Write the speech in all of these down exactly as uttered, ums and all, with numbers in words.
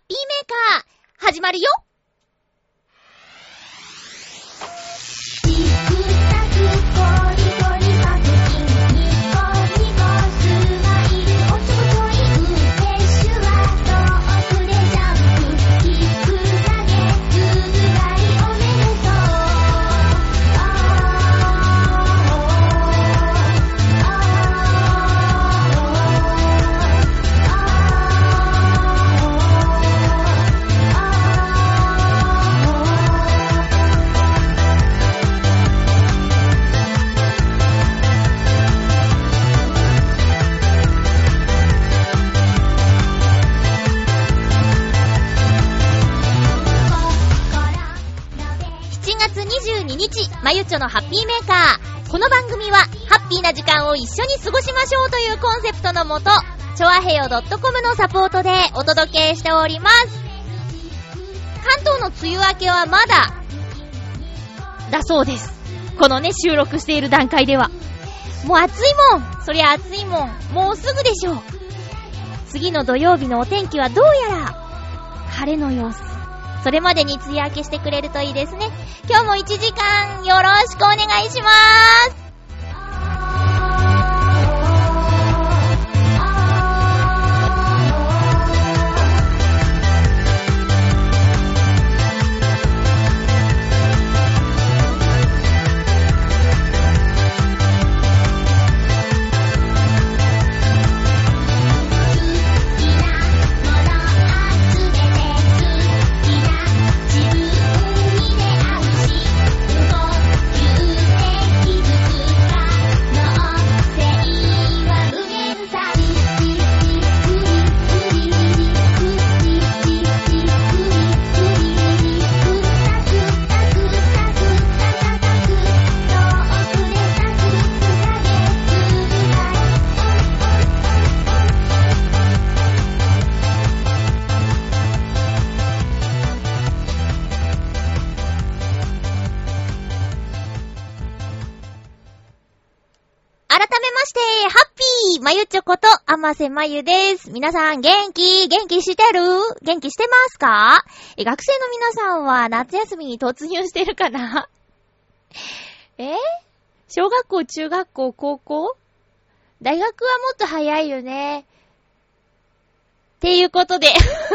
ピーメーカー始まるよ。まゆちょのハッピーメーカー。この番組はハッピーな時間を一緒に過ごしましょうというコンセプトのもと、チョアヘヨ .com のサポートでお届けしております。関東の梅雨明けはまだだそうです。このね収録している段階ではもう暑いもん。そりゃ暑いもん。もうすぐでしょう。次の土曜日のお天気はどうやら晴れの様子。それまでに梅雨明けしてくれるといいですね。今日もいちじかんよろしくお願いします。まゆちょことあませまゆです。皆さん元気元気してる元気してますか？え、学生の皆さんは夏休みに突入してるかな？え？小学校、中学校、高校？大学はもっと早いよね。っていうことで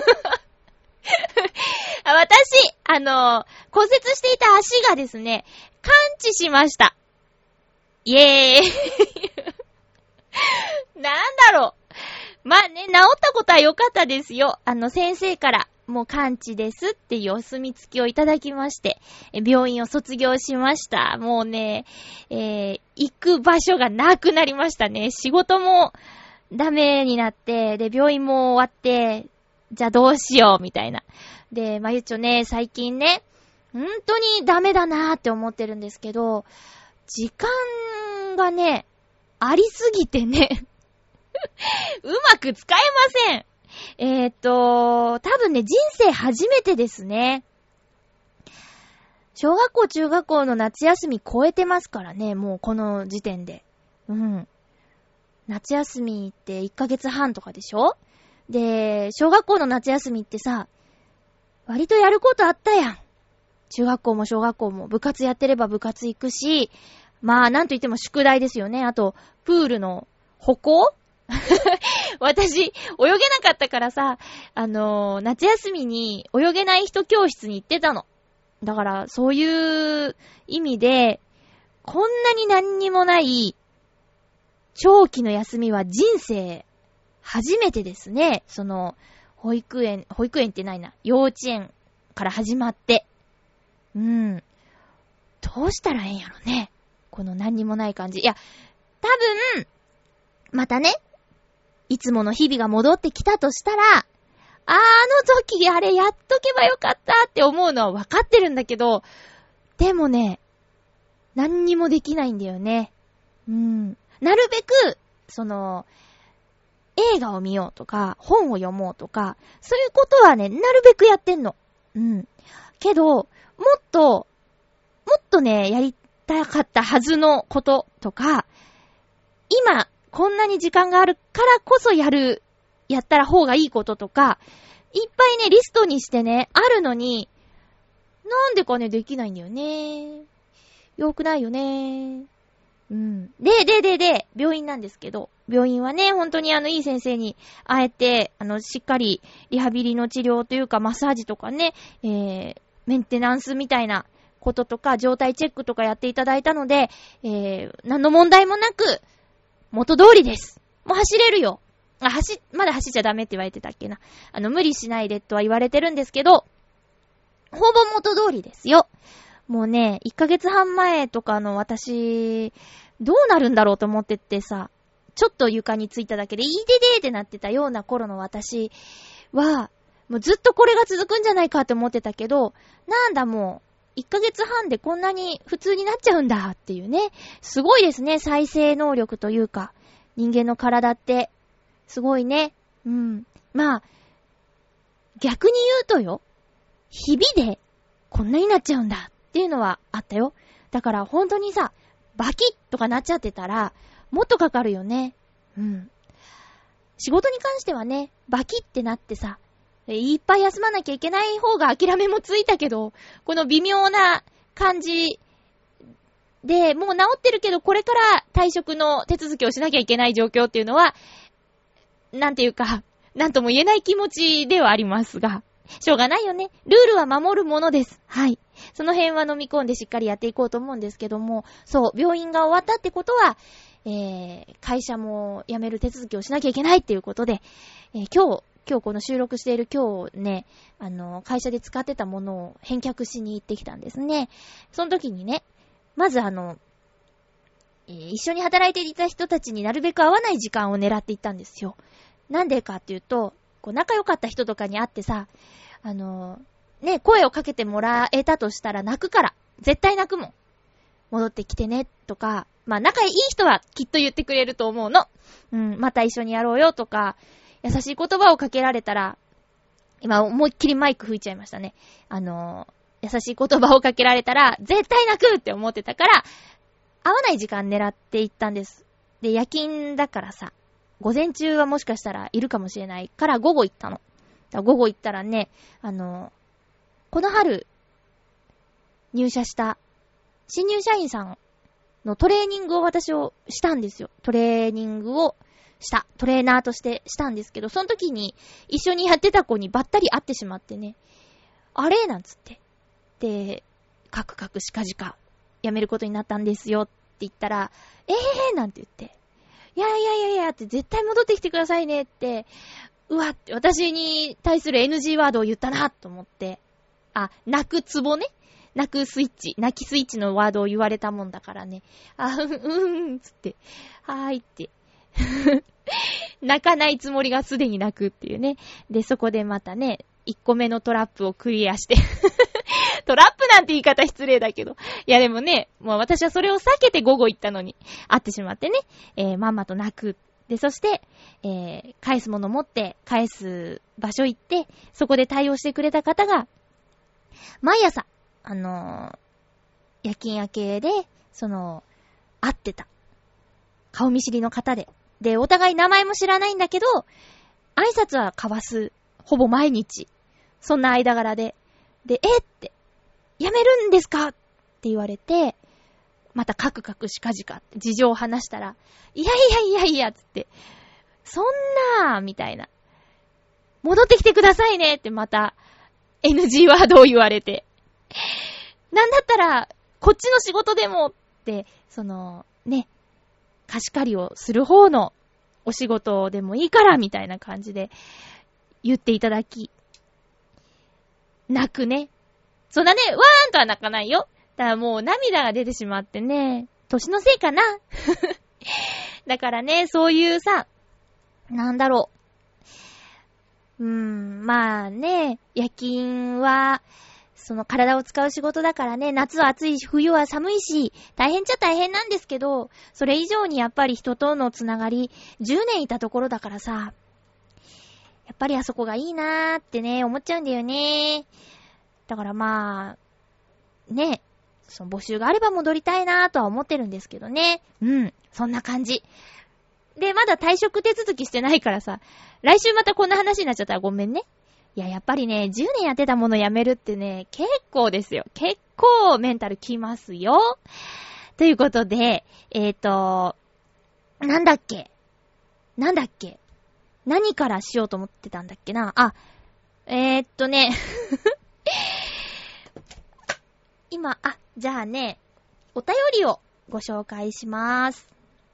私、あの、骨折していた足がですね、完治しました。イエーイなんだろう。まあね、治ったことは良かったですよ。あの、先生から、もう完治ですっていうお墨付きをいただきまして、病院を卒業しました。もうね、えー、行く場所がなくなりましたね。仕事もダメになって、で、病院も終わって、じゃあどうしよう、みたいな。で、まゆちょね、最近ね、本当にダメだなーって思ってるんですけど、時間がね、ありすぎてねうまく使えません。えーっと、多分ね、人生初めてですね。小学校、中学校の夏休み超えてますからね、もうこの時点で。うん。夏休みっていっかげつはんとかでしょ？で、小学校の夏休みってさ、割とやることあったやん。中学校も小学校も部活やってれば部活行くし、まあ、なんと言っても宿題ですよね。あと、プールの歩行私、泳げなかったからさ、あのー、夏休みに泳げない人教室に行ってたの。だから、そういう意味で、こんなに何にもない、長期の休みは人生、初めてですね。その、保育園、保育園ってないな。幼稚園から始まって。うん。どうしたらええんやろね。この何にもない感じ。いや、多分、またね、いつもの日々が戻ってきたとしたら、あの時あれやっとけばよかったって思うのは分かってるんだけど、でもね、何にもできないんだよね。うん。なるべく、その、映画を見ようとか、本を読もうとか、そういうことはね、なるべくやってんの。うん。けど、もっと、もっとね、やりたかったはずのこととか、今こんなに時間があるからこそやる、やったら方がいいこととか、 いっぱいね、リストにしてね、あるのに、なんでかね、できないんだよね。よくないよね。うん。で、で、で、で、病院なんですけど、病院はね、本当にあの、いい先生に会えて、あの、しっかりリハビリの治療というか、マッサージとかね、えー、メンテナンスみたいなこととか、状態チェックとかやっていただいたので、えー、何の問題もなく、元通りです。もう走れるよ。あ、走、まだ走っちゃダメって言われてたっけな。あの、無理しないでとは言われてるんですけど、ほぼ元通りですよ。もうね、いっかげつはん前とかの私、どうなるんだろうと思ってってさ、ちょっと床についただけで、いいででーってなってたような頃の私は、もうずっとこれが続くんじゃないかって思ってたけど、なんだもう、いっかげつはんでこんなに普通になっちゃうんだっていうね。すごいですね、再生能力というか、人間の体って、すごいね。うん。まあ、逆に言うとよ、日々でこんなになっちゃうんだっていうのはあったよ。だから本当にさ、バキッとかなっちゃってたら、もっとかかるよね。うん。仕事に関してはね、バキッってなってさ、いっぱい休まなきゃいけない方が諦めもついたけど、この微妙な感じで、もう治ってるけど、これから退職の手続きをしなきゃいけない状況っていうのは、なんていうか、なんとも言えない気持ちではありますが、しょうがないよね。ルールは守るものです。はい。その辺は飲み込んでしっかりやっていこうと思うんですけども、そう、病院が終わったってことは、えー、会社も辞める手続きをしなきゃいけないっていうことで、えー、今日、今日この収録している今日ね、あの、会社で使ってたものを返却しに行ってきたんですね。その時にね、まずあの、えー、一緒に働いていた人たちになるべく会わない時間を狙っていったんですよ。なんでかっていうと、こう仲良かった人とかに会ってさ、あのー、ね、声をかけてもらえたとしたら泣くから。絶対泣くもん。戻ってきてね、とか、まあ仲いい人はきっと言ってくれると思うの。うん、また一緒にやろうよとか、優しい言葉をかけられたら、今思いっきりマイク吹いちゃいましたね。あのー、優しい言葉をかけられたら、絶対泣くって思ってたから、会わない時間狙っていったんです。で、夜勤だからさ、午前中はもしかしたらいるかもしれないから午後行ったの。だから午後行ったらね、あの、この春入社した新入社員さんのトレーニングを私をしたんですよ。トレーニングをした。トレーナーとしてしたんですけど、その時に一緒にやってた子にばったり会ってしまってね、あれなんつって。で、カクカクしかじか辞めることになったんですよって言ったら、えーなんて言って、いやいやいやいやって絶対戻ってきてくださいねって、うわって私に対する エヌジー ワードを言ったなと思って、あ、泣くツボね。泣くスイッチ、泣きスイッチのワードを言われたもんだからね。あ、うん、うん、つって、はーいって。泣かないつもりがすでに泣くっていうね。で、そこでまたね、いっこめのトラップをクリアして。トラップなんて言い方失礼だけど。いやでもね、もう私はそれを避けて午後行ったのに、会ってしまってね、えー、まんまと泣く。で、そして、えー、返すもの持って、返す場所行って、そこで対応してくれた方が、毎朝、あのー、夜勤明けで、その、会ってた。顔見知りの方で。で、お互い名前も知らないんだけど、挨拶は交わす。ほぼ毎日。そんな間柄で。で、えって、辞めるんですかって言われて、またカクカクしかじかって事情を話したら、いやいやいやいやつって、そんなーみたいな。戻ってきてくださいねってまた エヌジー ワードを言われて。なんだったら、こっちの仕事でもって、その、ね、貸し借りをする方のお仕事でもいいからみたいな感じで言っていただき、泣くね。そんなね、わーんとは泣かないよ。だからもう涙が出てしまってね、年のせいかな。だからね、そういうさ、なんだろう。うーん、まあね、夜勤は、その体を使う仕事だからね、夏は暑いし、冬は寒いし、大変っちゃ大変なんですけど、それ以上にやっぱり人とのつながり、じゅうねんいたところだからさ、やっぱりあそこがいいなーってね、思っちゃうんだよね。だからまあ、ね、その募集があれば戻りたいなーとは思ってるんですけどね。うん、そんな感じ。で、まだ退職手続きしてないからさ、来週またこんな話になっちゃったらごめんね。 いや、やっぱりね、じゅうねんやってたものやめるってね、結構ですよ。結構メンタルきますよ。ということで、えっと、なんだっけなんだっけ何からしようと思ってたんだっけなあ、えー、っとね、今、あ、じゃあね、お便りをご紹介します。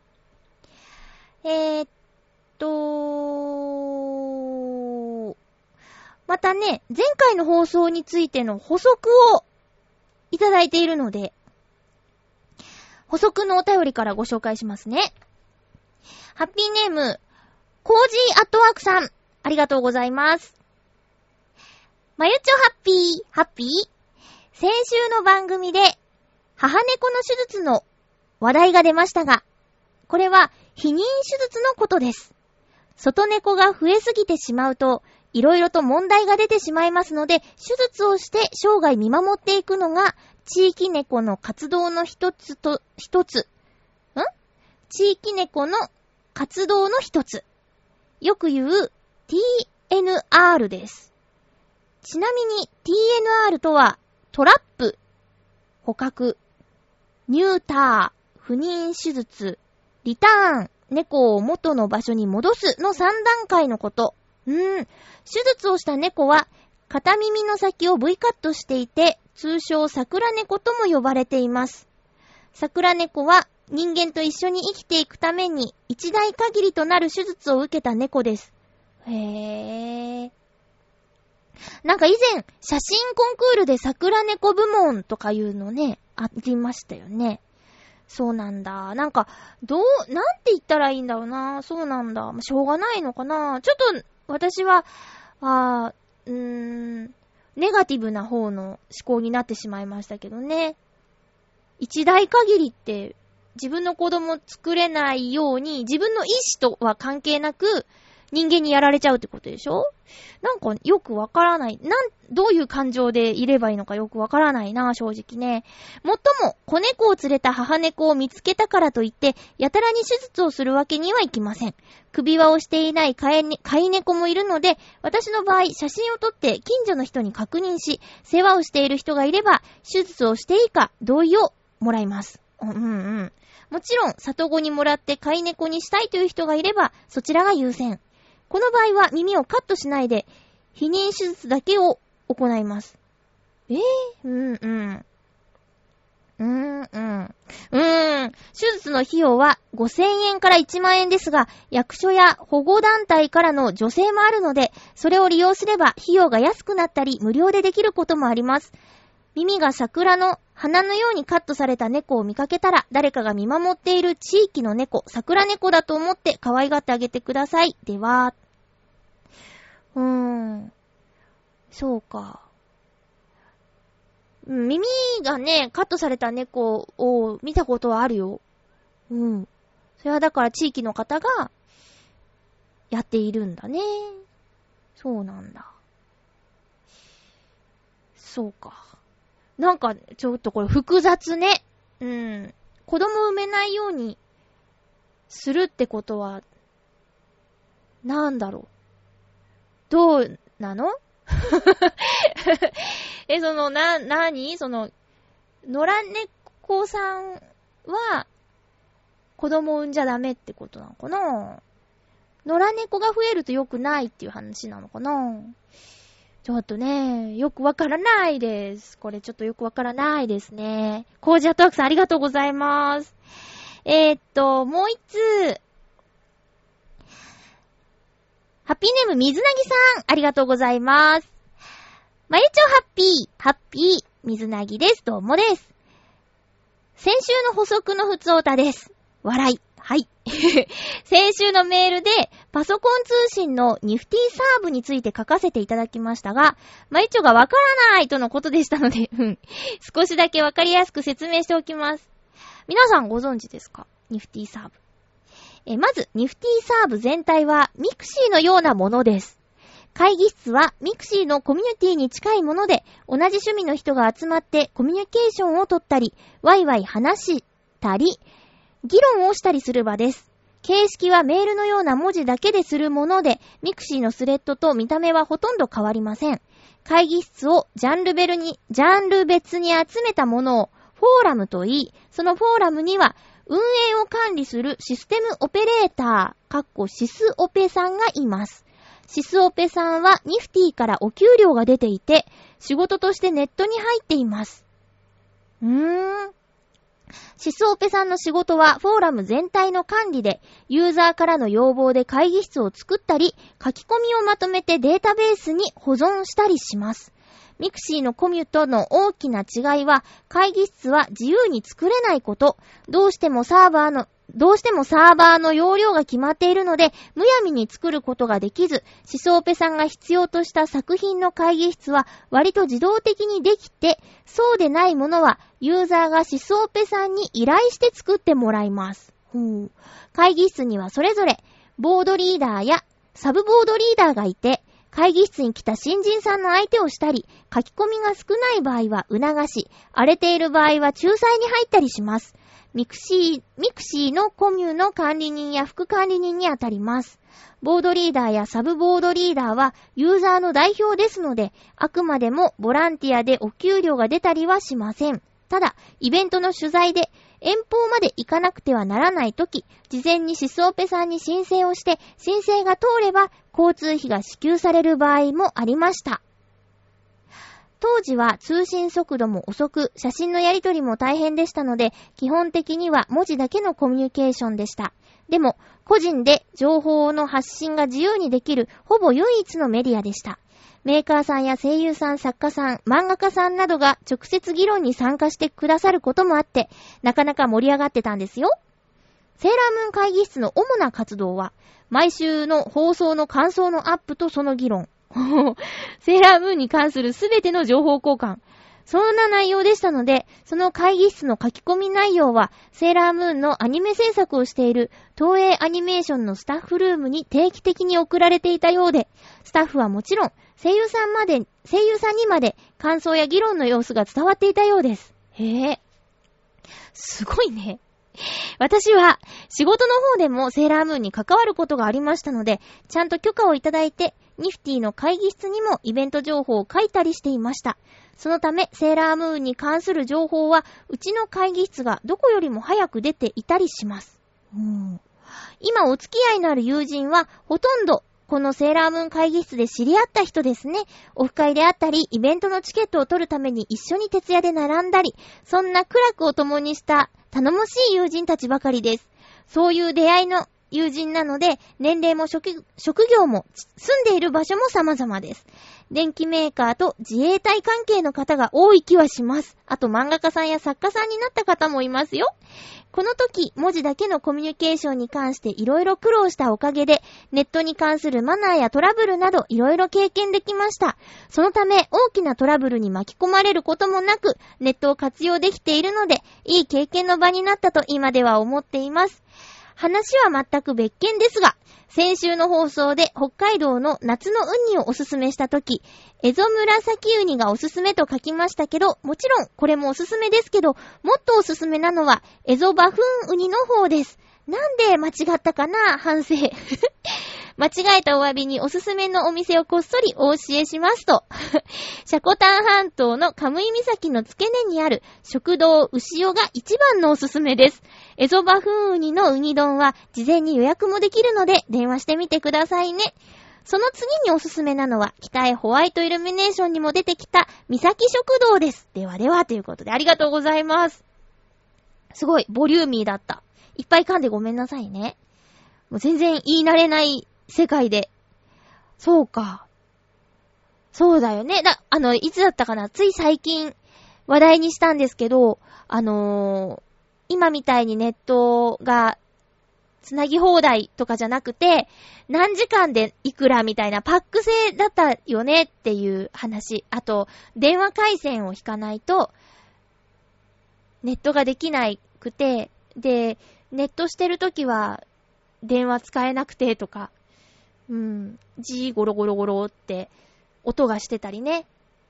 えー、っと、またね、前回の放送についての補足をいただいているので、補足のお便りからご紹介しますね。ハッピーネーム、コージーアットワークさん、ありがとうございます。まゆちょハッピー、ハッピー。先週の番組で、母猫の手術の話題が出ましたが、これは避妊手術のことです。外猫が増えすぎてしまうと、いろいろと問題が出てしまいますので、手術をして生涯見守っていくのが、地域猫の活動の一つと、一つ。ん?地域猫の活動の一つ。よく言う ティーエヌアール です。ちなみに ティーエヌアール とは、トラップ、捕獲、ニューター、不妊手術、リターン、猫を元の場所に戻すのさん段階のこと。うーん。手術をした猫は、片耳の先を V カットしていて、通称桜猫とも呼ばれています。桜猫は人間と一緒に生きていくために一代限りとなる手術を受けた猫です。へー。なんか以前、写真コンクールで桜猫部門とかいうのね、ありましたよね。そうなんだ。なんか、どう、なんて言ったらいいんだろうな。そうなんだ。しょうがないのかな。ちょっと、私は、あー、うーん、ネガティブな方の思考になってしまいましたけどね。一代限りって、自分の子供作れないように、自分の意思とは関係なく、人間にやられちゃうってことでしょ？なんかよくわからない。なん、どういう感情でいればいいのかよくわからないな、正直ね。もっとも、子猫を連れた母猫を見つけたからといって、やたらに手術をするわけにはいきません。首輪をしていない飼い、ね、飼い猫もいるので、私の場合、写真を撮って近所の人に確認し、世話をしている人がいれば、手術をしていいか同意をもらいます。うんうん。もちろん、里子にもらって飼い猫にしたいという人がいれば、そちらが優先。この場合は耳をカットしないで、避妊手術だけを行います。えー、うんうん。うーんうん。うーん。手術の費用はごせんえんからいちまんえんですが、役所や保護団体からの助成もあるので、それを利用すれば費用が安くなったり、無料でできることもあります。耳が桜の花のようにカットされた猫を見かけたら、誰かが見守っている地域の猫、桜猫だと思って可愛がってあげてください。では、うーん。そうか。耳がね、カットされた猫を見たことはあるよ。うん。それはだから地域の方がやっているんだね。そうなんだ。そうか。なんかちょっとこれ複雑ね。うん。子供産めないようにするってことは、なんだろう。どうなのえ、その、な、なにその、野良猫さんは、子供産んじゃダメってことなのかな？野良猫が増えると良くないっていう話なのかな？ちょっとね、よくわからないです。これちょっとよくわからないですね。コージアットワークさんありがとうございます。えー、っと、もう一通。ハッピーネーム水なぎさん、ありがとうございます。まゆちょハッピー、ハッピー、水なぎです。どうもです。先週の補足のふつおたです。笑い。はい。先週のメールで、パソコン通信のニフティサーブについて書かせていただきましたが、まゆちょがわからないとのことでしたので、少しだけわかりやすく説明しておきます。皆さんご存知ですか？ニフティサーブ。えまず、ニフティサーブ全体はミクシーのようなものです。会議室はミクシーのコミュニティに近いもので、同じ趣味の人が集まってコミュニケーションを取ったり、ワイワイ話したり、議論をしたりする場です。 形式はメールのような文字だけでするもので、ミクシーのスレッドと見た目はほとんど変わりません。会議室をジャンルベルに、ジャンル別に集めたものをフォーラムと言い、そのフォーラムには運営を管理するシステムオペレーター、かっこシスオペさんがいます。シスオペさんはニフティからお給料が出ていて、仕事としてネットに入っています。うーん。シスオペさんの仕事はフォーラム全体の管理で、ユーザーからの要望で会議室を作ったり、書き込みをまとめてデータベースに保存したりします。ミクシーのコミュとの大きな違いは、会議室は自由に作れないこと、どうしてもサーバーのどうしてもサーバーの容量が決まっているので、むやみに作ることができず、シスオペさんが必要とした作品の会議室は割と自動的にできて、そうでないものはユーザーがシスオペさんに依頼して作ってもらいます。ほう。会議室にはそれぞれボードリーダーやサブボードリーダーがいて、会議室に来た新人さんの相手をしたり、書き込みが少ない場合は促し、荒れている場合は仲裁に入ったりします。ミクシー、ミクシーのコミュの管理人や副管理人にあたります。ボードリーダーやサブボードリーダーはユーザーの代表ですので、あくまでもボランティアでお給料が出たりはしません。ただ、イベントの取材で遠方まで行かなくてはならないとき、事前にシスオペさんに申請をして、申請が通れば交通費が支給される場合もありました。当時は通信速度も遅く、写真のやり取りも大変でしたので、基本的には文字だけのコミュニケーションでした。でも、個人で情報の発信が自由にできる、ほぼ唯一のメディアでした。メーカーさんや声優さん、作家さん、漫画家さんなどが直接議論に参加してくださることもあって、なかなか盛り上がってたんですよ。セーラームーン会議室の主な活動は、毎週の放送の感想のアップとその議論。セーラームーンに関するすべての情報交換。そんな内容でしたので、その会議室の書き込み内容は、セーラームーンのアニメ制作をしている東映アニメーションのスタッフルームに定期的に送られていたようで、スタッフはもちろん、声優さんまで、声優さんにまで感想や議論の様子が伝わっていたようです。へえ。すごいね。私は仕事の方でもセーラームーンに関わることがありましたので、ちゃんと許可をいただいて、ニフティの会議室にもイベント情報を書いたりしていました。そのため、セーラームーンに関する情報は、うちの会議室がどこよりも早く出ていたりします。うん、今お付き合いのある友人は、ほとんどこのセーラームーン会議室で知り合った人ですね。オフ会であったり、イベントのチケットを取るために一緒に徹夜で並んだり、そんな苦楽を共にした頼もしい友人たちばかりです。そういう出会いの友人なので、年齢も職、職業も住んでいる場所も様々です。電機メーカーと自衛隊関係の方が多い気はします。あと漫画家さんや作家さんになった方もいますよ。この時、文字だけのコミュニケーションに関していろいろ苦労したおかげで、ネットに関するマナーやトラブルなどいろいろ経験できました。そのため、大きなトラブルに巻き込まれることもなく、ネットを活用できているので、いい経験の場になったと今では思っています。話は全く別件ですが、先週の放送で北海道の夏のウニをおすすめしたとき、エゾムラサキウニがおすすめと書きましたけど、もちろんこれもおすすめですけど、もっとおすすめなのはエゾバフンウニの方です。なんで間違ったかな？反省。間違えたお詫びにおすすめのお店をこっそりお教えしますと、シャコタン半島のカムイ岬の付け根にある食堂牛尾が一番のおすすめです。エゾバフンウニのウニ丼は事前に予約もできるので電話してみてくださいね。その次におすすめなのは北へホワイトイルミネーションにも出てきた岬食堂です。ではではということでありがとうございます。すごいボリューミーだった。いっぱい噛んでごめんなさいね。もう全然言い慣れない世界で。そうか。そうだよね。だ、あの、いつだったかな？つい最近話題にしたんですけど、あのー、今みたいにネットがつなぎ放題とかじゃなくて、何時間でいくらみたいなパック制だったよねっていう話。あと、電話回線を引かないと、ネットができなくて、で、ネットしてるときは電話使えなくてとか、うん、G ゴロゴロゴロって音がしてたりね。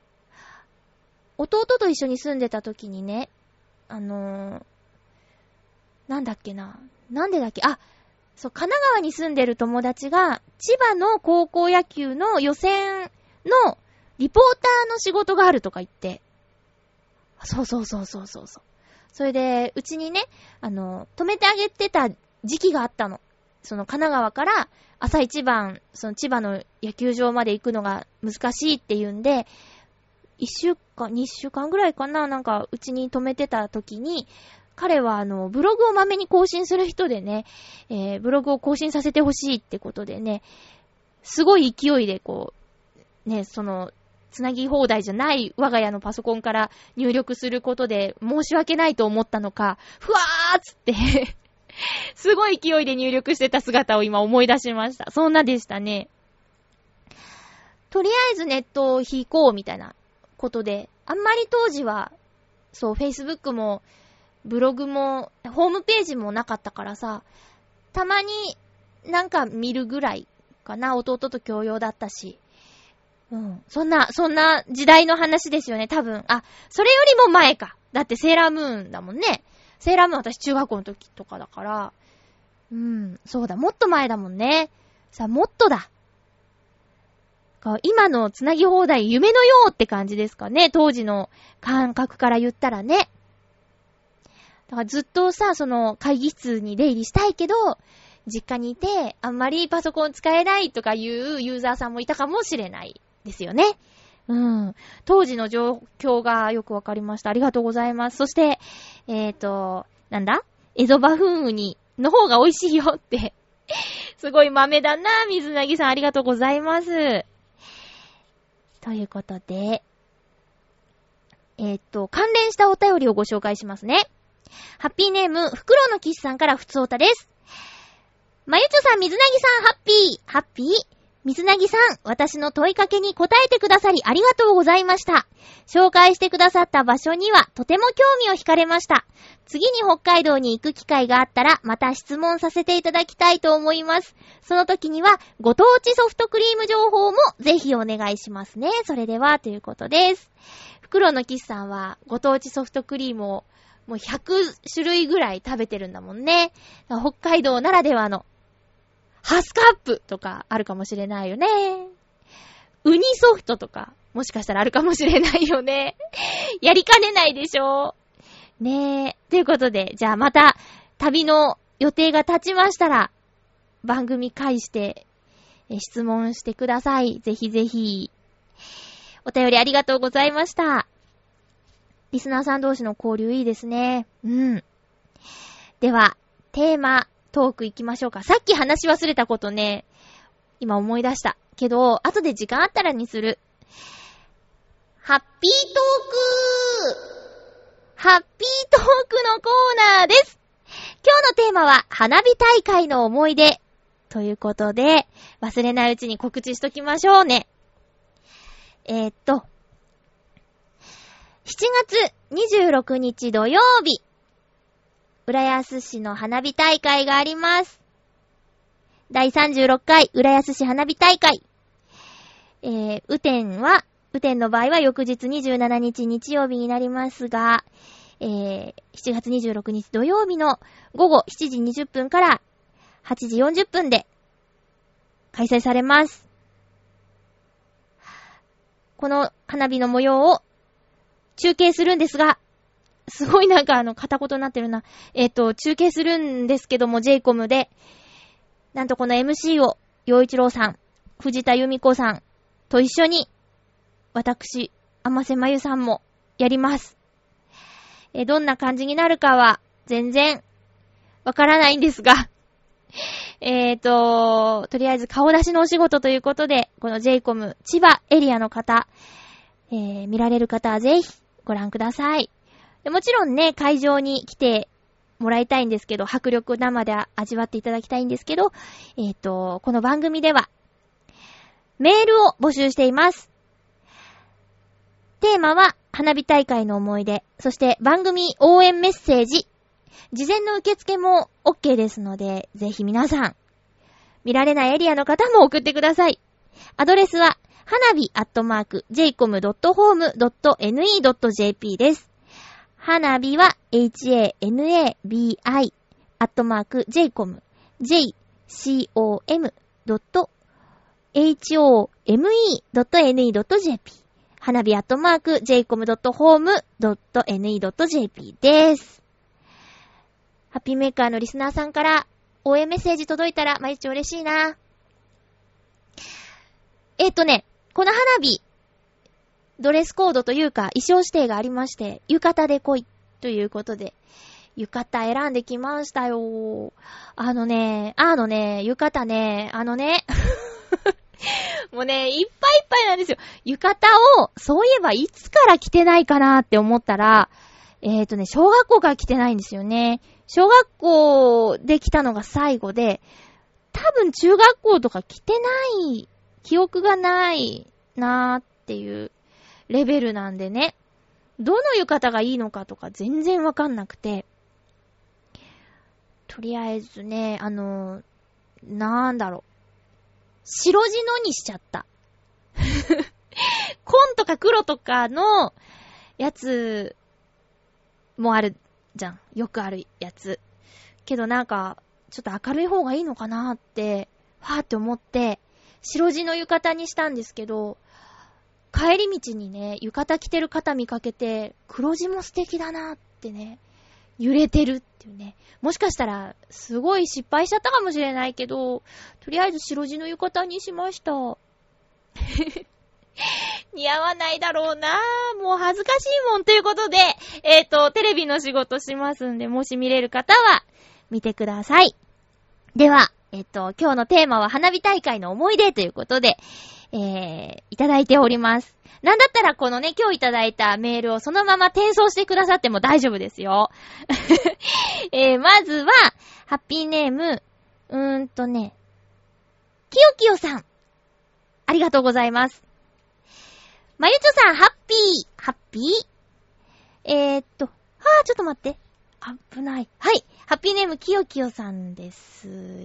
弟と一緒に住んでた時にね、あのー、なんだっけな。なんでだっけあ、 そう、神奈川に住んでる友達が、千葉の高校野球の予選のリポーターの仕事があるとか言って。そうそうそうそうそうそう。それで、うちにね、あの、止めてあげてた時期があったの。その神奈川から朝一番、その千葉の野球場まで行くのが難しいっていうんで、一週間、二週間ぐらいかな、なんかうちに止めてた時に、彼はあの、ブログをまめに更新する人でね、えー、ブログを更新させてほしいってことでね、すごい勢いでこう、ね、その、つなぎ放題じゃない我が家のパソコンから入力することで申し訳ないと思ったのか、ふわーっつってすごい勢いで入力してた姿を今思い出しました。そんなでしたね。とりあえずネットを引こうみたいなことで、あんまり当時は、そう、Facebook も、ブログも、ホームページもなかったからさ、たまになんか見るぐらいかな、弟と共用だったし。うん。そんな、そんな時代の話ですよね、多分。あ、それよりも前か。だってセーラームーンだもんね。セーラームーン私中学校の時とかだから。うん、そうだ、もっと前だもんね。さあ、もっとだ。今のつなぎ放題夢のようって感じですかね、当時の感覚から言ったらね。だからずっとさ、その会議室に出入りしたいけど、実家にいてあんまりパソコン使えないとかいうユーザーさんもいたかもしれないですよね。うん。当時の状況がよくわかりました。ありがとうございます。そして、えーと、なんだ？エゾバフンウニの方が美味しいよって。すごい豆だな、水なぎさんありがとうございます。ということで、えーと、関連したお便りをご紹介しますね。ハッピーネーム、フクロウのキスさんからふつおたです。まゆちょさん、水なぎさん、ハッピー、ハッピー水なぎさん、私の問いかけに答えてくださりありがとうございました。紹介してくださった場所にはとても興味を惹かれました。次に北海道に行く機会があったらまた質問させていただきたいと思います。その時にはご当地ソフトクリーム情報もぜひお願いしますね。それではということです。フクロウのキスさんはご当地ソフトクリームをもうひゃくしゅるいぐらい食べてるんだもんね。北海道ならではのハスカップとかあるかもしれないよね。ウニソフトとかもしかしたらあるかもしれないよね。やりかねないでしょ。ねえ。ということで、じゃあまた旅の予定が立ちましたら番組介して質問してください。ぜひぜひ。お便りありがとうございました。リスナーさん同士の交流いいですね。うん。では、テーマ、トーク行きましょうか。さっき話し忘れたことね、今思い出した。けど、後で時間あったらにする。ハッピートークハッピートークのコーナーです。今日のテーマは、花火大会の思い出。ということで、忘れないうちに告知しときましょうね。えー、っと、しちがつにじゅうろくにち土曜日、浦安市の花火大会があります。だいさんじゅうろっかい浦安市花火大会。えー、雨天は、雨天の場合は翌日にじゅうしちにち日曜日になりますが、えー、しちがつにじゅうろくにち土曜日の午後しちじにじゅっぷんからはちじよんじゅっぷんで開催されます。この花火の模様を中継するんですが、すごいなんかあの片言になってるな。えっと、中継するんですけども ジェイコム で、なんとこの エムシー を陽一郎さん、藤田由美子さんと一緒に、私、甘瀬まゆさんもやります。え、どんな感じになるかは全然わからないんですが、えっと、とりあえず顔出しのお仕事ということで、この ジェイコム 千葉エリアの方、えー、見られる方はぜひご覧ください。でもちろんね、会場に来てもらいたいんですけど、迫力生で味わっていただきたいんですけど、えっと、この番組では、メールを募集しています。テーマは、花火大会の思い出、そして番組応援メッセージ、事前の受付も OK ですので、ぜひ皆さん、見られないエリアの方も送ってください。アドレスは、花火アットマーク、ジェイコムドットホームドットエヌイードットジェーピー です。花火は エイチエーエヌエービーアイ アットマーク ジェイコム J com.home.ne.jp 花火アットマーク ジェイコムドットホームドットエヌイードットジェーピー です。ハッピーメーカーのリスナーさんから応援メッセージ届いたら毎日嬉しいな。えっとね、この花火、ドレスコードというか衣装指定がありまして、浴衣で来いということで、浴衣選んできましたよ。あのね、あのね、浴衣ね、あのね、もうね、いっぱいいっぱいなんですよ。浴衣を、そういえばいつから着てないかなって思ったら、えっとね、小学校から着てないんですよね。小学校で着たのが最後で、多分中学校とか着てない記憶がないなーっていうレベルなんでね。どの浴衣がいいのかとか全然わかんなくて。とりあえずね、あの、なんだろう。白地のにしちゃった。紺とか黒とかのやつもあるじゃん。よくあるやつ。けどなんか、ちょっと明るい方がいいのかなって、はーって思って、白地の浴衣にしたんですけど、帰り道にね、浴衣着てる方見かけて、黒地も素敵だなってね、揺れてるっていうね。もしかしたら、すごい失敗しちゃったかもしれないけど、とりあえず白地の浴衣にしました。似合わないだろうなぁ。もう恥ずかしいもんということで、えっと、テレビの仕事しますんで、もし見れる方は、見てください。では、えっと、今日のテーマは花火大会の思い出ということで、えー、いただいております。なんだったらこのね、今日いただいたメールをそのまま転送してくださっても大丈夫ですよ。えー、まずは、ハッピーネーム、うーんとね、きよきよさん。ありがとうございます。まゆちょさん、ハッピー、ハッピーえーっと、はぁ、ちょっと待って。危ない。はい。ハッピーネーム、きよきよさんです。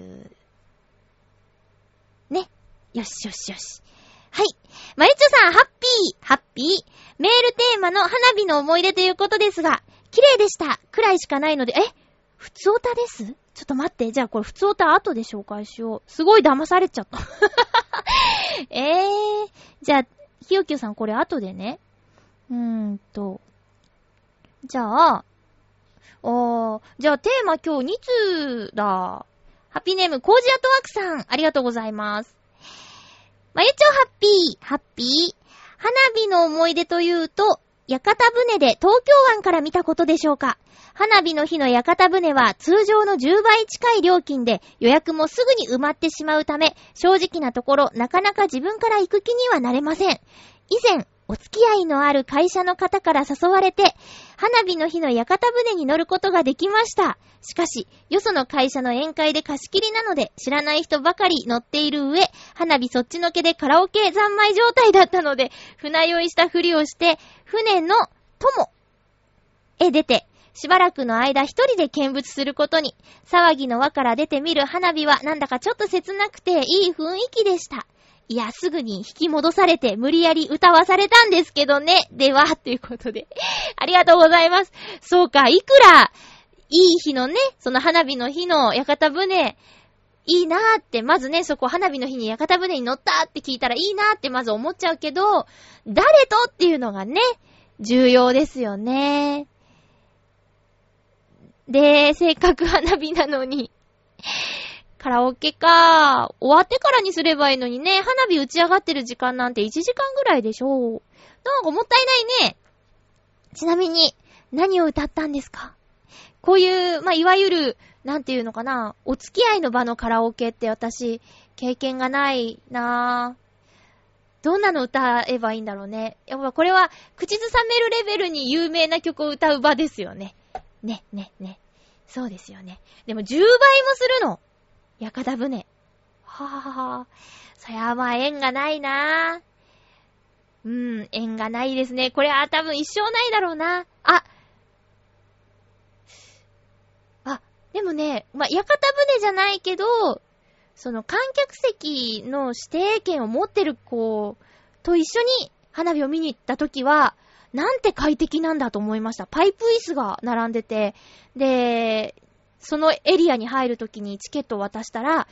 ね。よしよしよし。はい。まゆちょさん、ハッピー、ハッピー。メールテーマの花火の思い出ということですが、綺麗でした。くらいしかないので、え普通オタです？ちょっと待って。じゃあこれ普通オタ後で紹介しよう。すごい騙されちゃった。えー。じゃあ、ひよきよさんこれ後でね。うーんと。じゃあ、おー、じゃあテーマ今日に通だ。ハッピーネーム、コージアットワークさん、ありがとうございます。まゆちょハッピー、ハッピー。花火の思い出というと、屋形船で東京湾から見たことでしょうか。花火の日の屋形船は通常のじゅうばい近い料金で予約もすぐに埋まってしまうため、正直なところなかなか自分から行く気にはなれません。以前、お付き合いのある会社の方から誘われて、花火の日の屋形船に乗ることができました。しかし、よその会社の宴会で貸し切りなので、知らない人ばかり乗っている上、花火そっちのけでカラオケ三昧状態だったので、船酔いしたふりをして、船の友へ出て、しばらくの間一人で見物することに、騒ぎの輪から出てみる花火はなんだかちょっと切なくていい雰囲気でした。いや、すぐに引き戻されて無理やり歌わされたんですけどね。では、ということで。ありがとうございます。そうか、いくら、いい日のね、その花火の日の屋形船、いいなーって、まずね、そこ花火の日に屋形船に乗ったって聞いたらいいなーってまず思っちゃうけど、誰とっていうのがね、重要ですよね。で、せっかく花火なのに、カラオケか。終わってからにすればいいのにね。花火打ち上がってる時間なんていちじかんぐらいでしょう。なんかもったいないね。ちなみに、何を歌ったんですか？こういう、まあ、いわゆる、なんていうのかな。お付き合いの場のカラオケって私、経験がないなぁ。どんなの歌えばいいんだろうね。やっぱこれは、口ずさめるレベルに有名な曲を歌う場ですよね。ね、ね、ね。そうですよね。でもじゅうばいもするの。屋形船。はぁはぁはぁ。そりゃまあ縁がないなぁ。うん、縁がないですね。これは多分一生ないだろうな。あ、あ、でもね、まあ、屋形船じゃないけど、その観客席の指定券を持ってる子と一緒に花火を見に行った時は、なんて快適なんだと思いました。パイプ椅子が並んでて、で、そのエリアに入るときにチケットを渡したら、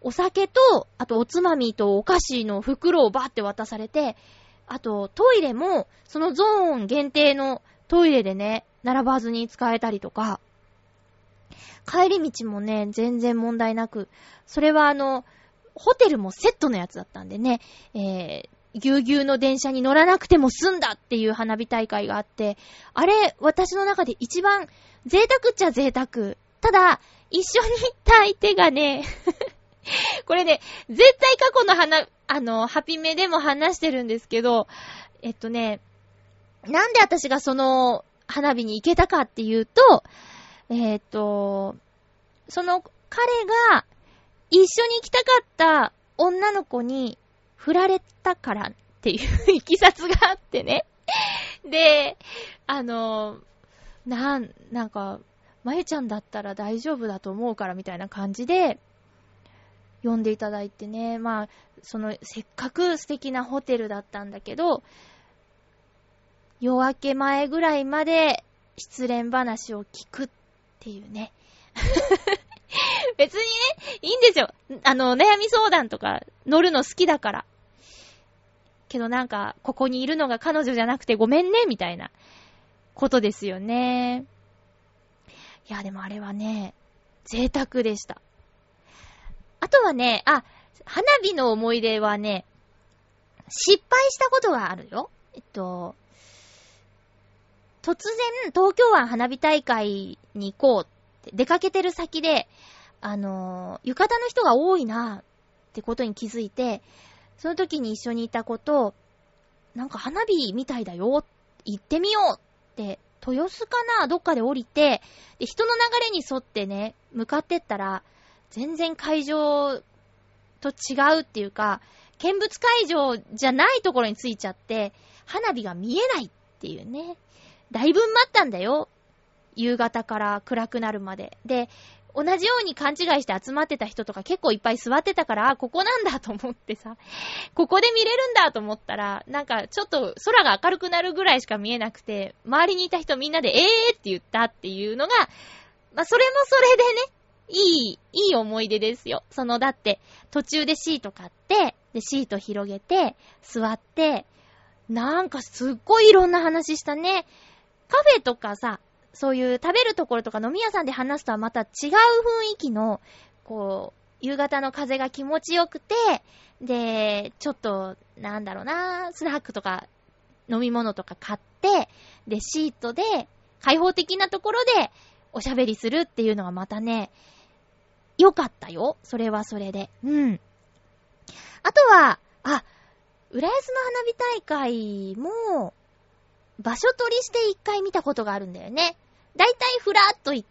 お酒と、あとおつまみとお菓子の袋をバーって渡されて、あとトイレもそのゾーン限定のトイレでね、並ばずに使えたりとか、帰り道もね、全然問題なく、それはあの、ホテルもセットのやつだったんでね、えー、ぎゅうぎゅうの電車に乗らなくても済んだっていう花火大会があって、あれ、私の中で一番贅沢っちゃ贅沢。ただ、一緒に行った相手がね、これね、絶対過去の花、あの、ハピメでも話してるんですけど、えっとね、なんで私がその花火に行けたかっていうと、えっと、その彼が一緒に行きたかった女の子に振られたからっていういきさつがあってね。で、あの、なん、なんか、まゆちゃんだったら大丈夫だと思うからみたいな感じで、呼んでいただいてね。まあ、その、せっかく素敵なホテルだったんだけど、夜明け前ぐらいまで失恋話を聞くっていうね。別にね、いいんですよ。あの、悩み相談とか乗るの好きだから。けどなんか、ここにいるのが彼女じゃなくてごめんね、みたいなことですよね。いや、でもあれはね、贅沢でした。あとはね、あ、花火の思い出はね、失敗したことがあるよ。えっと、突然、東京湾花火大会に行こうって出かけてる先で、あの、浴衣の人が多いなってことに気づいて、その時に一緒にいた子と、なんか花火みたいだよ、行ってみようって、豊洲かなどっかで降りて、で、人の流れに沿ってね、向かってったら、全然会場と違うっていうか、見物会場じゃないところに着いちゃって、花火が見えないっていうね。だいぶ待ったんだよ。夕方から暗くなるまで。で、同じように勘違いして集まってた人とか結構いっぱい座ってたから、あ、ここなんだと思ってさ、ここで見れるんだと思ったら、なんかちょっと空が明るくなるぐらいしか見えなくて、周りにいた人みんなでえーって言ったっていうのが、まあそれもそれでね、いい、いい思い出ですよ。そのだって途中でシート買って、でシート広げて、座って、なんかすっごいいろんな話したね。カフェとかさ、そういう食べるところとか飲み屋さんで話すとはまた違う雰囲気の、こう、夕方の風が気持ちよくて、で、ちょっと、なんだろうな、スナックとか飲み物とか買って、で、シートで、開放的なところでおしゃべりするっていうのがまたね、良かったよ。それはそれで。うん。あとは、あ、浦安の花火大会も、場所取りして一回見たことがあるんだよね。だいたいふらっと行って、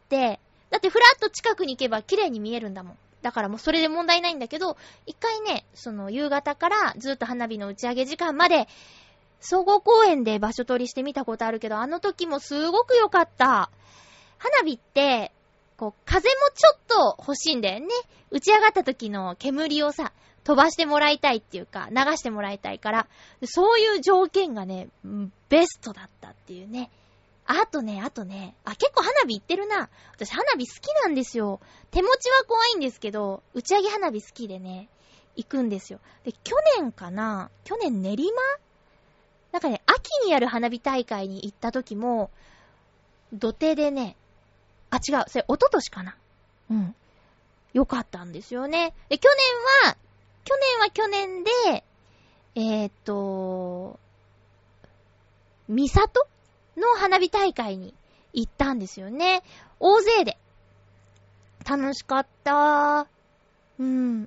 だってふらっと近くに行けば綺麗に見えるんだもん。だからもうそれで問題ないんだけど、一回ね、その夕方からずっと花火の打ち上げ時間まで、総合公園で場所取りして見たことあるけど、あの時もすごく良かった。花火って、こう、風もちょっと欲しいんだよね。打ち上がった時の煙をさ、飛ばしてもらいたいっていうか、流してもらいたいから、そういう条件がね、ベストだったっていうね。あとね、あとね、あ、結構花火行ってるな。私花火好きなんですよ。手持ちは怖いんですけど、打ち上げ花火好きでね、行くんですよ。で、去年かな去年練馬なんかね、秋にやる花火大会に行った時も、土手でね、あ、違う、それ、一昨年かなうん。よかったんですよね。で、去年は、去年は去年で、えーっと、三郷の花火大会に行ったんですよね。大勢で。楽しかった。うん。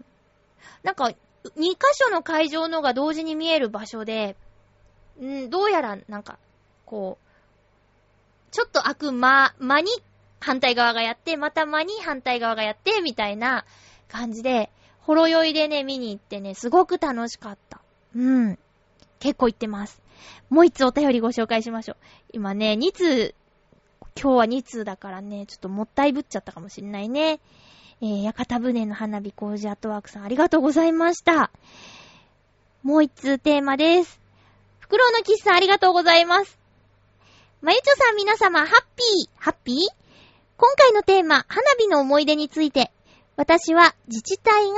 なんか、に箇所の会場のが同時に見える場所で、うん、どうやらなんか、こう、ちょっと開く間、間に反対側がやって、また間に反対側がやって、みたいな感じで、ほろ酔いでね、見に行ってね、すごく楽しかった。うん。結構行ってます。もう一つお便りご紹介しましょう。今ね、に通、今日はに通だからね、ちょっともったいぶっちゃったかもしれないね。えー、屋形船の花火工事アットワークさんありがとうございました。もう一通テーマです。フクロウのキスさんありがとうございます。まゆちょさん皆様、ハッピー、ハッピー？今回のテーマ、花火の思い出について、私は自治体が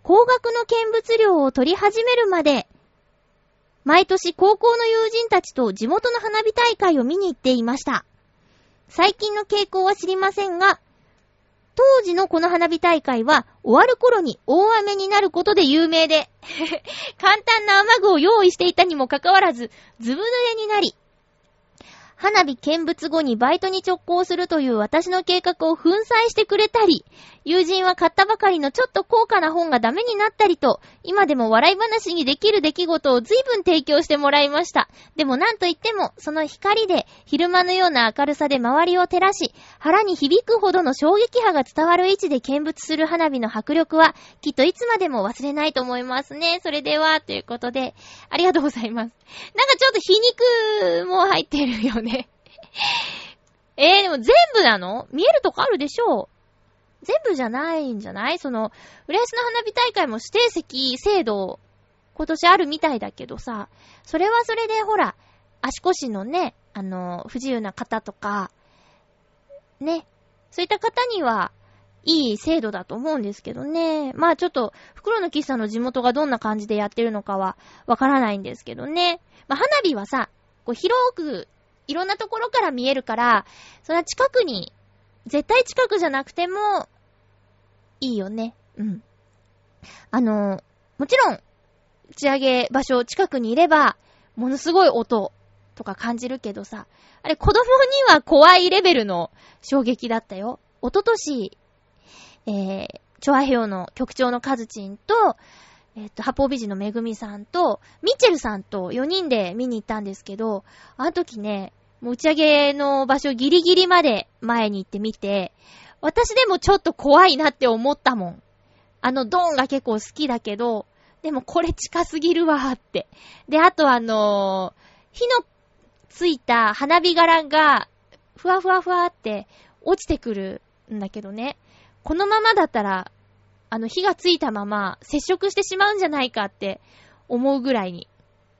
高額の見物料を取り始めるまで、毎年高校の友人たちと地元の花火大会を見に行っていました。最近の傾向は知りませんが、当時のこの花火大会は終わる頃に大雨になることで有名で簡単な雨具を用意していたにもかかわらずずぶ濡れになり、花火見物後にバイトに直行するという私の計画を粉砕してくれたり、友人は買ったばかりのちょっと高価な本がダメになったりと、今でも笑い話にできる出来事を随分提供してもらいました。でもなんといっても、その光で昼間のような明るさで周りを照らし、腹に響くほどの衝撃波が伝わる位置で見物する花火の迫力は、きっといつまでも忘れないと思いますね。それでは、ということで、ありがとうございます。なんかちょっと皮肉も入ってるよね。えー、でも全部なの？見えるとこあるでしょう。全部じゃないんじゃない？その、浦安の花火大会も指定席制度、今年あるみたいだけどさ、それはそれでほら、足腰のね、あの、不自由な方とか、ね、そういった方には、いい制度だと思うんですけどね。まあちょっと、袋の喫茶の地元がどんな感じでやってるのかは、わからないんですけどね。まあ花火はさ、こう広く、いろんなところから見えるから、それは近くに、絶対近くじゃなくても、いいよね。うん。あの、もちろん、打ち上げ場所近くにいれば、ものすごい音とか感じるけどさ、あれ子供には怖いレベルの衝撃だったよ。おととし、えー、チョアヘヨの局長のカズチンと、えっと、八方美人のめぐみさんと、ミッチェルさんとよにんで見に行ったんですけど、あの時ね、もう打ち上げの場所ギリギリまで前に行ってみて、私でもちょっと怖いなって思ったもん。あのドーンが結構好きだけど、でもこれ近すぎるわーって。で、あとあのー、火のついた花火柄が、ふわふわふわって落ちてくるんだけどね。このままだったら、あの火がついたまま接触してしまうんじゃないかって思うぐらいに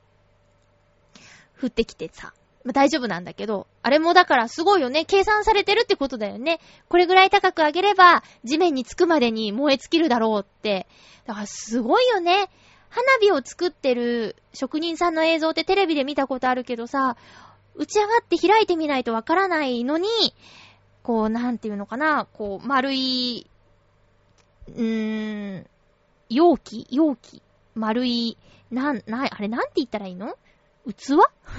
降ってきてさ。まあ、大丈夫なんだけど、あれもだからすごいよね。計算されてるってことだよね。これぐらい高く上げれば地面につくまでに燃え尽きるだろうって。だからすごいよね。花火を作ってる職人さんの映像ってテレビで見たことあるけどさ、打ち上がって開いてみないとわからないのに、こうなんていうのかな、こう丸い、うーん、容器容器丸い、なん、な、あれなんて言ったらいいの？器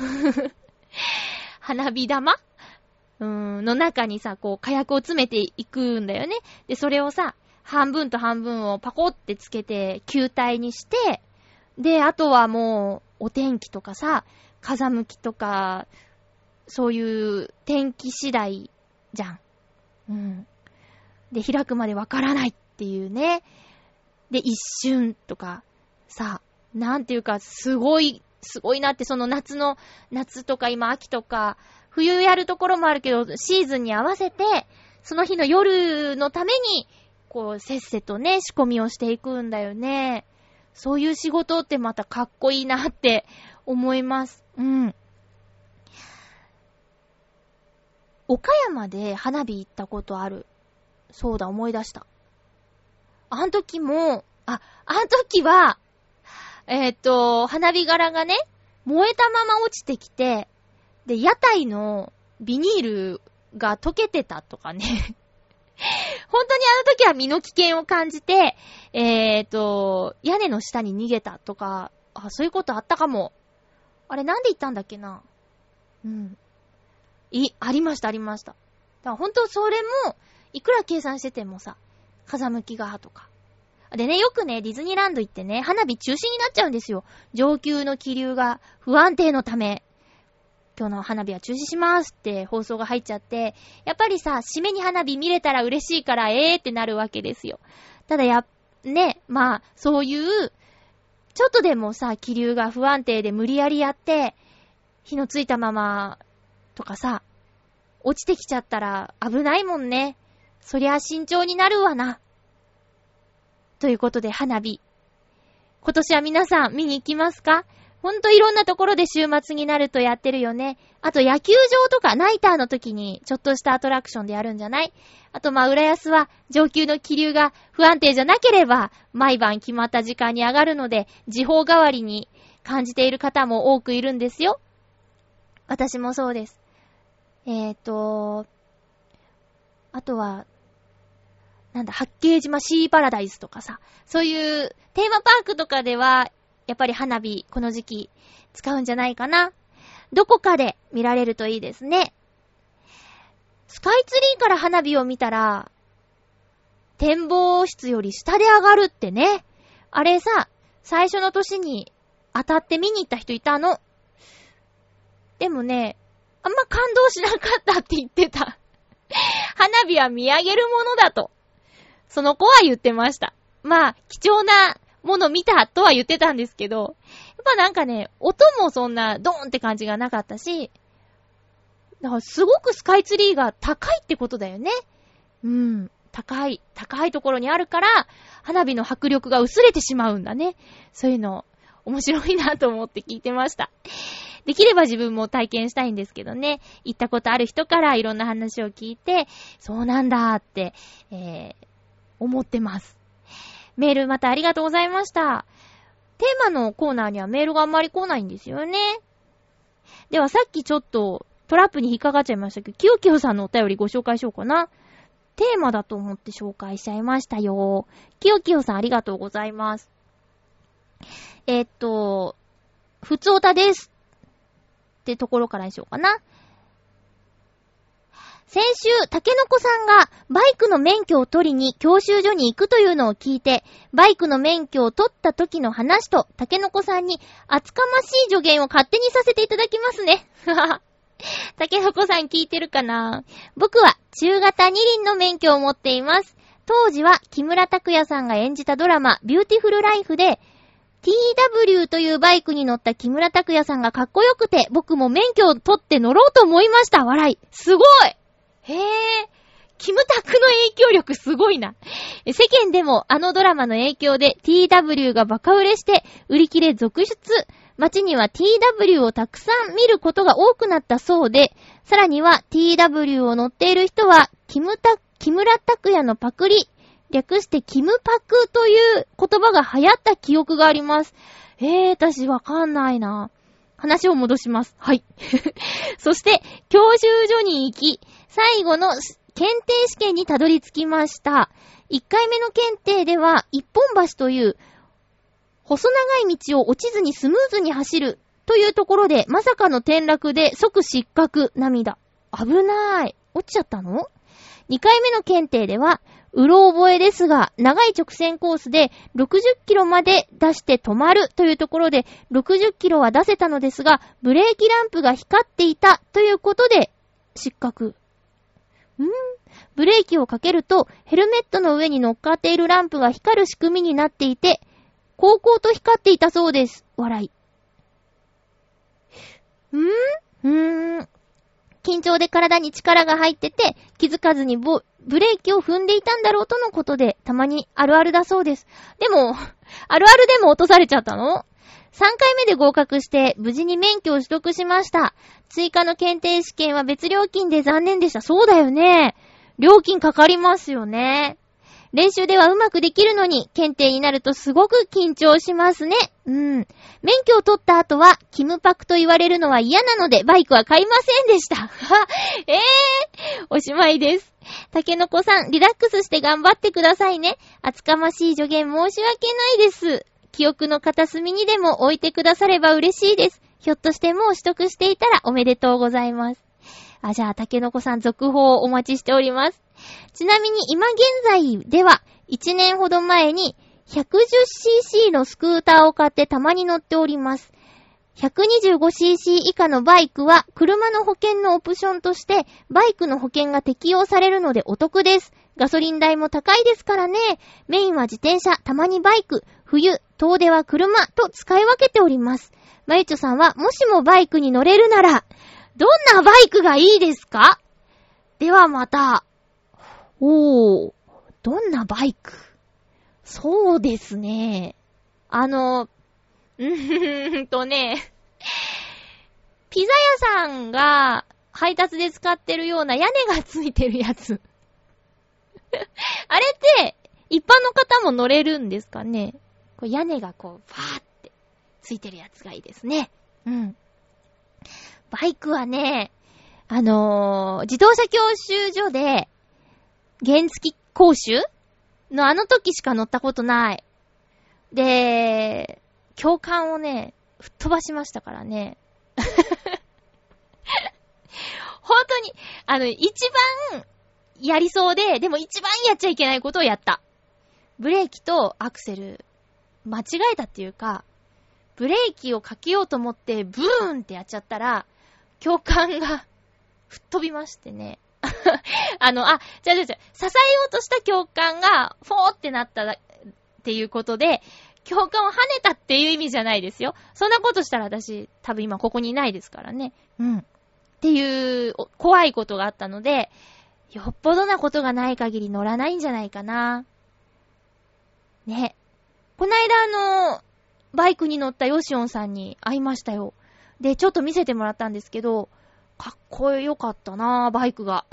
花火玉うーん、の中にさ、こう火薬を詰めていくんだよね。で、それをさ、半分と半分をパコってつけて球体にして、で、あとはもう、お天気とかさ、風向きとか、そういう天気次第じゃん。うん。で、開くまでわからないっていうね。で、一瞬とか、さ、なんていうか、すごい、すごいなって、その夏の、夏とか今秋とか、冬やるところもあるけど、シーズンに合わせて、その日の夜のために、こう、せっせとね、仕込みをしていくんだよね。そういう仕事ってまたかっこいいなって思います。うん。岡山で花火行ったことある。そうだ、思い出した。あん時も、あ、あん時は、えっと、花火柄がね、燃えたまま落ちてきて、で、屋台のビニールが溶けてたとかね。本当にあの時は身の危険を感じて、えっと、屋根の下に逃げたとか、あ、そういうことあったかも。あれなんで言ったんだっけな。うん。い、ありました、ありました。だから本当それも、いくら計算しててもさ、風向きがとか。でね、よくね、ディズニーランド行ってね、花火中止になっちゃうんですよ。上級の気流が不安定のため、今日の花火は中止しますって放送が入っちゃって、やっぱりさ、締めに花火見れたら嬉しいから、えーってなるわけですよ。ただや、ね、まあ、そういう、ちょっとでもさ、気流が不安定で無理やりやって、火のついたまま、とかさ、落ちてきちゃったら危ないもんね。そりゃ慎重になるわな。ということで花火。今年は皆さん見に行きますか？ ほんといろんなところで週末になるとやってるよね。あと野球場とかナイターの時にちょっとしたアトラクションでやるんじゃない？あとまあ浦安は上級の気流が不安定じゃなければ毎晩決まった時間に上がるので時報代わりに感じている方も多くいるんですよ。私もそうです。えーと、あとは、なんだ、八景島シーパラダイスとかさ、そういうテーマパークとかでは、やっぱり花火、この時期使うんじゃないかな。どこかで見られるといいですね。スカイツリーから花火を見たら、展望室より下で上がるってね。あれさ、最初の年に当たって見に行った人いたの。でもね、あんま感動しなかったって言ってた。花火は見上げるものだと。その子は言ってました。まあ、貴重なもの見たとは言ってたんですけど、やっぱなんかね、音もそんなドーンって感じがなかったし、だからすごくスカイツリーが高いってことだよね。うん、高い、高いところにあるから、花火の迫力が薄れてしまうんだね。そういうの、面白いなと思って聞いてました。できれば自分も体験したいんですけどね。行ったことある人からいろんな話を聞いて、そうなんだって、えー、思ってます。メールまたありがとうございました。テーマのコーナーにはメールがあんまり来ないんですよね。ではさっきちょっとトラップに引っかかっちゃいましたけど、きよきよさんのお便りご紹介しようかな。テーマだと思って紹介しちゃいましたよ。きよきよさんありがとうございます。えー、っと、ふつおたです。ってところからにしようかな。先週、たけのこさんがバイクの免許を取りに教習所に行くというのを聞いて、バイクの免許を取った時の話と、たけのこさんに厚かましい助言を勝手にさせていただきますね。たけのこさん聞いてるかな？僕は中型二輪の免許を持っています。当時は木村拓哉さんが演じたドラマ、ビューティフルライフで、ティーダブリュー というバイクに乗った木村拓哉さんがかっこよくて、僕も免許を取って乗ろうと思いました。笑い。すごい！へぇー。キムタクの影響力すごいな。世間でもあのドラマの影響で ティーダブリュー がバカ売れして売り切れ続出。街には ティーダブリュー をたくさん見ることが多くなったそうで、さらには ティーダブリュー を乗っている人はキムタ、木村拓哉のパクリ、略してキムパクという言葉が流行った記憶があります。えー、私わかんないな。話を戻します。はい。そして、教習所に行き、最後の検定試験にたどり着きました。いっかいめの検定では、一本橋という細長い道を落ちずにスムーズに走るというところで、まさかの転落で即失格。涙。危ない。落ちちゃったの？にかいめの検定では、うろ覚えですが、長い直線コースでろくじゅっキロまで出して止まるというところで、ろくじゅっキロは出せたのですが、ブレーキランプが光っていたということで、失格。ん？ブレーキをかけると、ヘルメットの上に乗っかっているランプが光る仕組みになっていて、こうこうと光っていたそうです。笑い。ん？うーん。緊張で体に力が入ってて、気づかずにボブレーキを踏んでいたんだろうとのことで、たまにあるあるだそうです。でも、あるあるでも落とされちゃったの？ さん 回目で合格して、無事に免許を取得しました。追加の検定試験は別料金で残念でした。そうだよね。料金かかりますよね。練習ではうまくできるのに、検定になるとすごく緊張しますね。うん。免許を取った後は、キムパクと言われるのは嫌なので、バイクは買いませんでした。えー、おしまいです。たけのこさん、リラックスして頑張ってくださいね。厚かましい助言申し訳ないです。記憶の片隅にでも置いてくだされば嬉しいです。ひょっとしてもう取得していたらおめでとうございます。あ、じゃあ、たけのこさん続報をお待ちしております。ちなみに今現在では、いちねんほど前に ひゃくじゅっシーシー のスクーターを買ってたまに乗っております。ひゃくにじゅうごシーシー 以下のバイクは車の保険のオプションとしてバイクの保険が適用されるのでお得です。ガソリン代も高いですからね。メインは自転車、たまにバイク、冬、遠出は車と使い分けております。まゆちょさんはもしもバイクに乗れるなら、どんなバイクがいいですか？ではまた。おー、どんなバイク？そうですね。あの、 うーんとね、ピザ屋さんが配達で使ってるような屋根がついてるやつ。あれって、一般の方も乗れるんですかね。こう屋根がこう、ファーってついてるやつがいいですね。うん。バイクはね、あのー、自動車教習所で、原付講習のあの時しか乗ったことない。で、教官をね、吹っ飛ばしましたからね。本当に、あの、一番やりそうで、でも一番やっちゃいけないことをやった。ブレーキとアクセル、間違えたっていうか、ブレーキをかけようと思って、ブーンってやっちゃったら、教官が吹っ飛びましてね。あの、あ、じゃじゃじゃ、支えようとした教官が、フォーってなったっていうことで、教官を跳ねたっていう意味じゃないですよ。そんなことしたら私、多分今ここにいないですからね。うん。っていう怖いことがあったので、よっぽどなことがない限り乗らないんじゃないかな。ね。こないだあの、バイクに乗ったヨシオンさんに会いましたよ。で、ちょっと見せてもらったんですけど、かっこよかったなぁ、バイクが。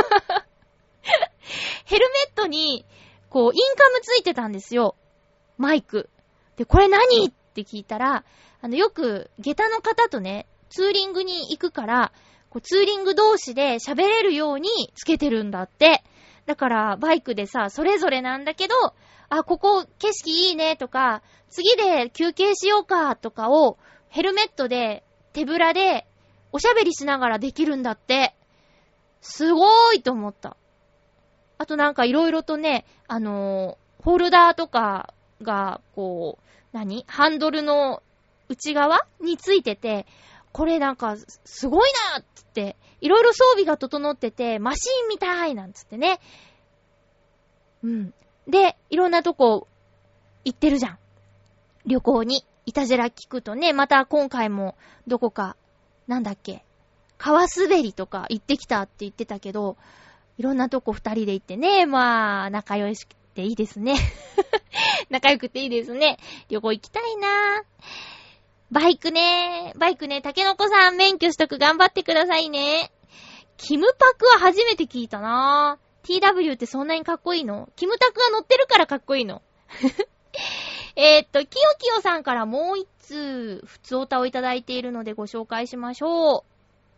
ヘルメットに、こう、インカムついてたんですよ。マイク。で、これ何って聞いたら、あの、よく、下駄の方とね、ツーリングに行くから、こうツーリング同士で喋れるようにつけてるんだって。だから、バイクでさ、それぞれなんだけど、あ、ここ景色いいねとか、次で休憩しようかとかを、ヘルメットで、手ぶらで、おしゃべりしながらできるんだって。すごーいと思った。あとなんかいろいろとね、あのー、ホルダーとかが、こう、何？ハンドルの内側についてて、これなんか、すごいなーっつって、いろいろ装備が整ってて、マシーンみたいなんつってね。うん。で、いろんなとこ行ってるじゃん。旅行に。いたじら聞くとね、また今回もどこか、なんだっけ、川滑りとか行ってきたって言ってたけど、いろんなとこ二人で行ってね、まあ、仲良しくていいですね。仲良くていいですね。旅行行きたいな。バイクね、バイクね、竹の子さん免許取得頑張ってくださいね。キムパクは初めて聞いたな。ティーダブリュー ってそんなにかっこいいの？キムタクが乗ってるからかっこいいの。えーっと、きよきよさんからもう一通、ふつおたをいただいているのでご紹介しましょう。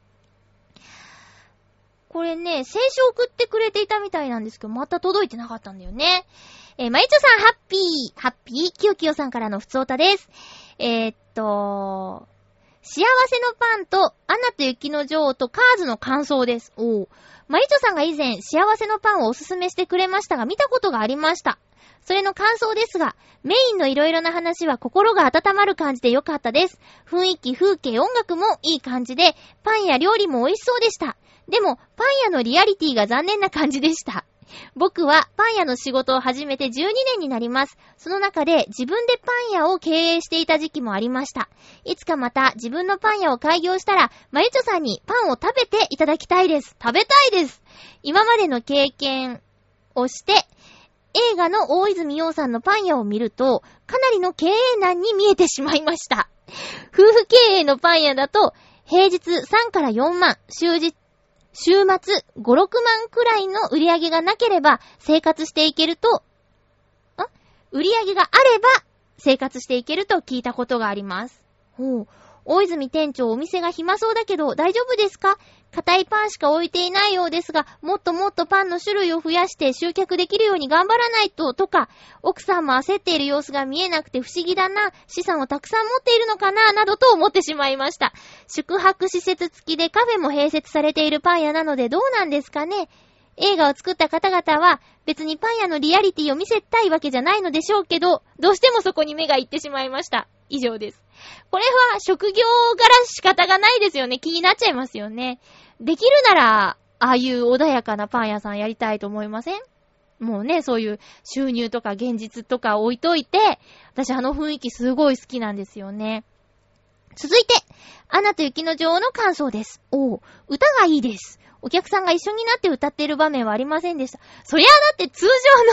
これね、先週送ってくれていたみたいなんですけど、また届いてなかったんだよね。えー、まゆちょさん、ハッピー、ハッピー、きよきよさんからのふつおたです。えー、っと、幸せのパンと、アナと雪の女王とカーズの感想です。おー。まゆちょさんが以前、幸せのパンをおすすめしてくれましたが、見たことがありました。それの感想ですが、メインのいろいろな話は心が温まる感じでよかったです。雰囲気、風景、音楽もいい感じで、パンや料理も美味しそうでした。でも、パン屋のリアリティが残念な感じでした。僕はパン屋の仕事を始めてじゅうにねんになります。その中で自分でパン屋を経営していた時期もありました。いつかまた自分のパン屋を開業したら、まゆちょさんにパンを食べていただきたいです。食べたいです。今までの経験をして、映画の大泉洋さんのパン屋を見ると、かなりの経営難に見えてしまいました。夫婦経営のパン屋だと、平日さんからよんまん、週日、週末ご、ろくまんくらいの売り上げがなければ生活していけると、あ？売り上げがあれば生活していけると聞いたことがあります。ほう。大泉店長、お店が暇そうだけど大丈夫ですか？硬いパンしか置いていないようですが、もっともっとパンの種類を増やして集客できるように頑張らないと、とか、奥さんも焦っている様子が見えなくて不思議だな、資産をたくさん持っているのかな、などと思ってしまいました。宿泊施設付きでカフェも併設されているパン屋なのでどうなんですかね？映画を作った方々は別にパン屋のリアリティを見せたいわけじゃないのでしょうけど、どうしてもそこに目がいってしまいました。以上です。これは職業柄仕方がないですよね。気になっちゃいますよね。できるなら、ああいう穏やかなパン屋さんやりたいと思いません？もうね、そういう収入とか現実とか置いといて、私あの雰囲気すごい好きなんですよね。続いて、アナと雪の女王の感想です。おー、歌がいいです。お客さんが一緒になって歌っている場面はありませんでした。そりゃあだって通常の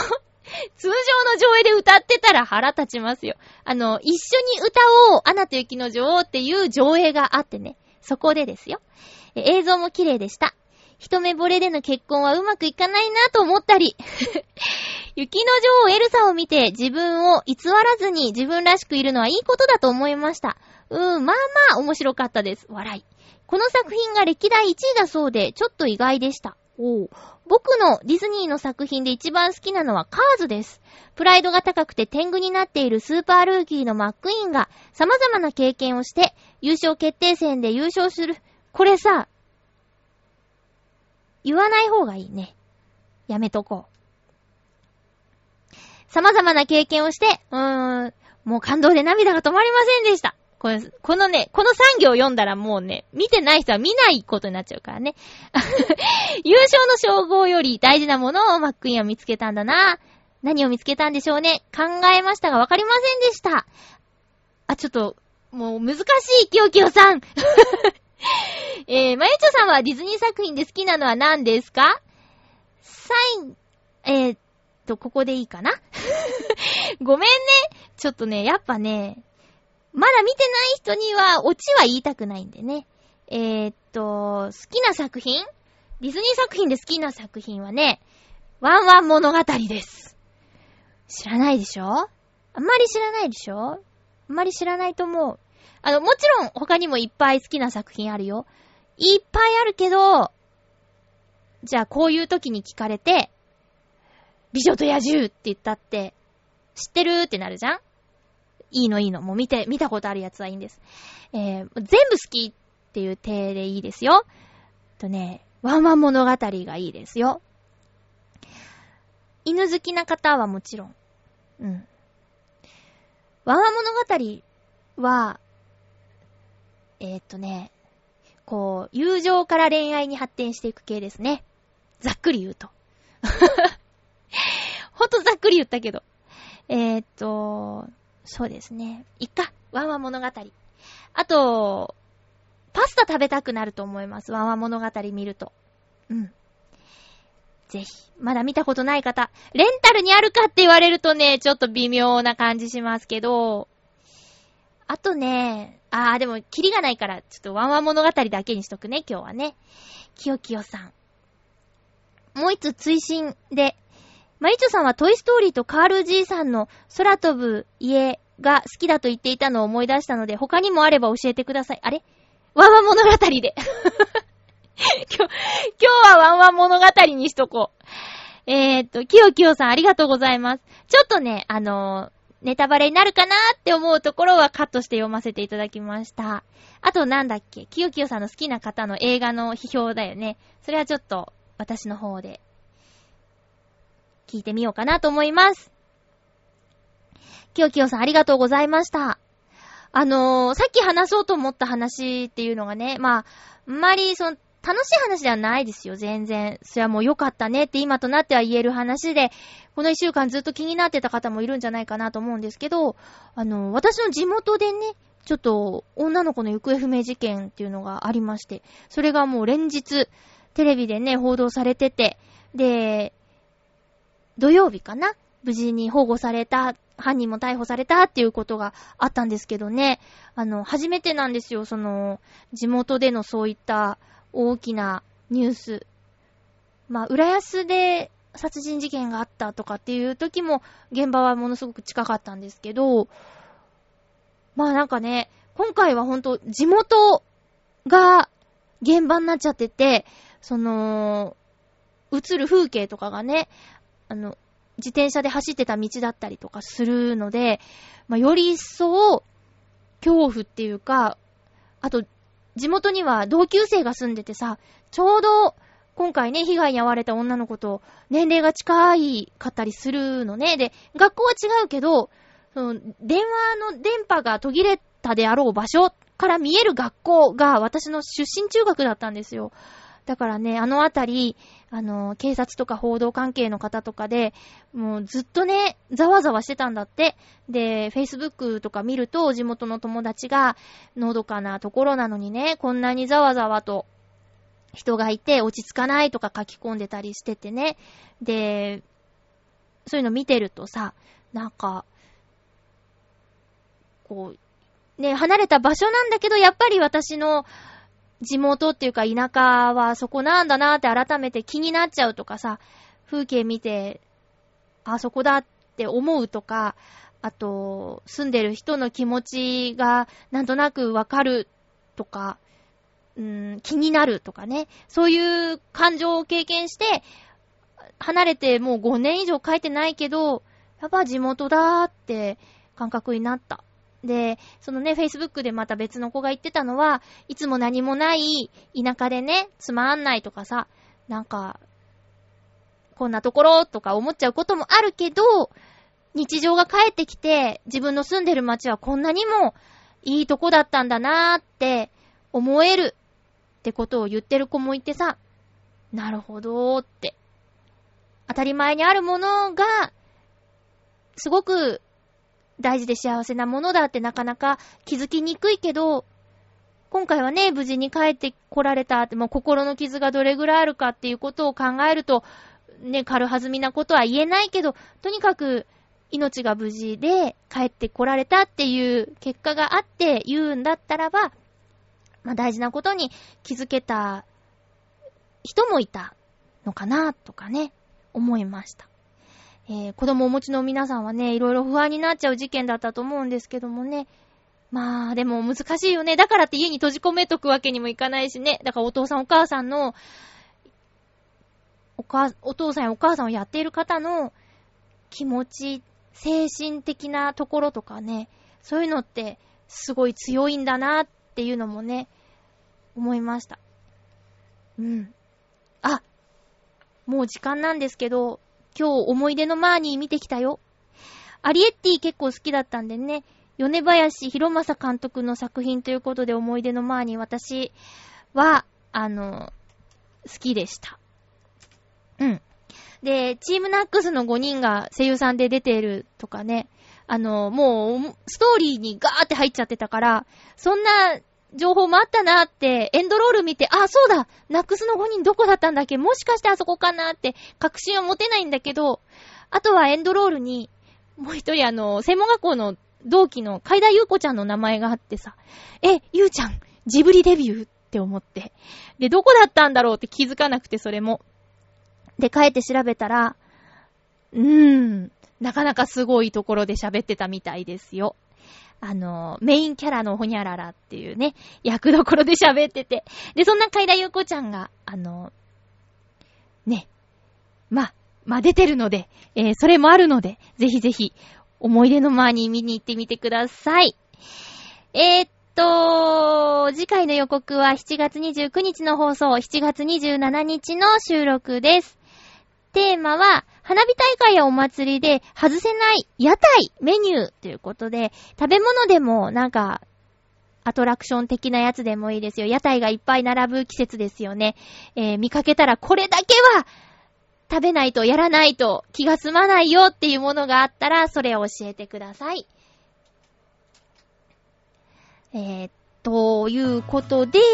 通常の上映で歌ってたら腹立ちますよ。あの、一緒に歌おう、アナと雪の女王っていう上映があってね。そこでですよ。え映像も綺麗でした。一目惚れでの結婚はうまくいかないなと思ったり。雪の女王エルサを見て自分を偽らずに自分らしくいるのはいいことだと思いました。うーん、まあまあ面白かったです。笑い。この作品が歴代いちいだそうで、ちょっと意外でした。おう。僕のディズニーの作品で一番好きなのはカーズです。プライドが高くて天狗になっているスーパールーキーのマックイーンが様々な経験をして優勝決定戦で優勝する。これさ、言わない方がいいね。やめとこう。様々な経験をして、うーん、もう感動で涙が止まりませんでした。これ、このね、このさん行読んだらもうね、見てない人は見ないことになっちゃうからね。優勝の称号より大事なものをマックイーンは見つけたんだな。何を見つけたんでしょうね。考えましたがわかりませんでした。あ、ちょっと、もう難しい、キヨキヨさん。えー、まゆちょさんはディズニー作品で好きなのは何ですか？サイン、えーっと、ここでいいかな？ごめんね。ちょっとね、やっぱね、まだ見てない人にはオチは言いたくないんでね。えーっと、好きな作品？ディズニー作品で好きな作品はね、ワンワン物語です。知らないでしょ？あんまり知らないでしょ？あんまり知らないと思う。あの、もちろん他にもいっぱい好きな作品あるよ。いっぱいあるけど、じゃあこういう時に聞かれて、美女と野獣って言ったって、知ってるってなるじゃん？いいのいいの。もう見て、見たことあるやつはいいんです。えー、全部好きっていう体でいいですよ。とね、ワンワン物語がいいですよ。犬好きな方はもちろん。うん。ワンワン物語は、えー、っとね、こう、友情から恋愛に発展していく系ですね。ざっくり言うと。ほんとざっくり言ったけど。えー、っと、そうですね。いっか。ワンワン物語。あと、パスタ食べたくなると思います。ワンワン物語見ると。うん。ぜひ。まだ見たことない方。レンタルにあるかって言われるとね、ちょっと微妙な感じしますけど。あとね、あーでも、キリがないから、ちょっとワンワン物語だけにしとくね、今日はね。きよきよさん。もう一つ追伸で、まゆちょさんはトイストーリーとカールじいさんの空飛ぶ家が好きだと言っていたのを思い出したので、他にもあれば教えてください。あれ？ワンワン物語で。今日、今日はワンワン物語にしとこう。えーっと、きよきよさんありがとうございます。ちょっとね、あのー、ネタバレになるかなーって思うところはカットして読ませていただきました。あとなんだっけ、きよきよさんの好きな方の映画の批評だよね。それはちょっと私の方で聞いてみようかなと思います。きよきよさんありがとうございました。あのー、さっき話そうと思った話っていうのがね、まあ、あんまりその、楽しい話ではないですよ、全然。それはもう良かったねって今となっては言える話で、この一週間ずっと気になってた方もいるんじゃないかなと思うんですけど、あの、私の地元でね、ちょっと女の子の行方不明事件っていうのがありまして、それがもう連日テレビでね、報道されてて、で、土曜日かな？無事に保護された、犯人も逮捕されたっていうことがあったんですけどね、あの、初めてなんですよ、その、地元でのそういった大きなニュース。まあ、浦安で殺人事件があったとかっていう時も、現場はものすごく近かったんですけど、まあなんかね、今回はほんと地元が現場になっちゃってて、その、映る風景とかがね、あの、自転車で走ってた道だったりとかするので、まあ、より一層、恐怖っていうか、あと、地元には同級生が住んでてさ、ちょうど、今回ね、被害に遭われた女の子と年齢が近いかったりするのね。で、学校は違うけど、その電話の電波が途切れたであろう場所から見える学校が私の出身中学だったんですよ。だからね、あのあたり、あの、警察とか報道関係の方とかで、もうずっとね、ざわざわしてたんだって。で、Facebook とか見ると、地元の友達が、のどかなところなのにね、こんなにざわざわと、人がいて落ち着かないとか書き込んでたりしててね。で、 そういうの見てるとさ、なんか、こう、ね、離れた場所なんだけど、やっぱり私の地元っていうか田舎はそこなんだなって改めて気になっちゃうとかさ、風景見て、あそこだって思うとか、あと、住んでる人の気持ちがなんとなくわかるとか、うーん、気になるとかね、そういう感情を経験して、離れてもうごねん以上帰ってないけど、やっぱ地元だーって感覚になった。で、そのね、Facebook でまた別の子が言ってたのは、いつも何もない田舎でね、つまんないとかさ、なんか、こんなところとか思っちゃうこともあるけど、日常が帰ってきて、自分の住んでる街はこんなにもいいとこだったんだなーって思えるってことを言ってる子もいてさ、なるほどーって。当たり前にあるものが、すごく大事で幸せなものだってなかなか気づきにくいけど、今回はね、無事に帰ってこられたって、もう心の傷がどれぐらいあるかっていうことを考えると、ね、軽はずみなことは言えないけど、とにかく命が無事で帰ってこられたっていう結果があって言うんだったらば、まあ大事なことに気づけた人もいたのかなとかね、思いました。えー、子供をお持ちの皆さんはね、いろいろ不安になっちゃう事件だったと思うんですけどもね。まあ、でも難しいよね。だからって家に閉じ込めとくわけにもいかないしね。だからお父さんお母さんの、おか、お父さんやお母さんをやっている方の気持ち、精神的なところとかね、そういうのってすごい強いんだなっていうのもね、思いました。うん。あ、もう時間なんですけど、今日思い出のマーニー見てきたよ。アリエッティ結構好きだったんでね、米林博正監督の作品ということで思い出のマーニー、私は、あの、好きでした。うん。で、チームナックスのごにんが声優さんで出ているとかね、あの、もう、ストーリーにガーって入っちゃってたから、そんな情報もあったなって、エンドロール見て、あ、そうだ、ナックスのごにんどこだったんだっけ、もしかしてあそこかなって確信は持てないんだけど、あとはエンドロールに、もう一人あの、専門学校の同期の海田優子ちゃんの名前があってさ、え、ゆうちゃん、ジブリデビューって思って。で、どこだったんだろうって気づかなくて、それも。で、帰って調べたら、うーん、なかなかすごいところで喋ってたみたいですよ。あの、メインキャラのホニャララっていうね、役どころで喋ってて。で、そんな海田優子ちゃんが、あの、ね、ま、まあ、出てるので、えー、それもあるので、ぜひぜひ、思い出のマーニー見に行ってみてください。えー、っと、次回の予告はしちがつにじゅうくにちの放送、しちがつにじゅうしちにちの収録です。テーマは、花火大会やお祭りで外せない屋台メニューということで、食べ物でもなんか、アトラクション的なやつでもいいですよ。屋台がいっぱい並ぶ季節ですよね。えー、見かけたらこれだけは食べないとやらないと気が済まないよっていうものがあったら、それを教えてください。えー、ということで、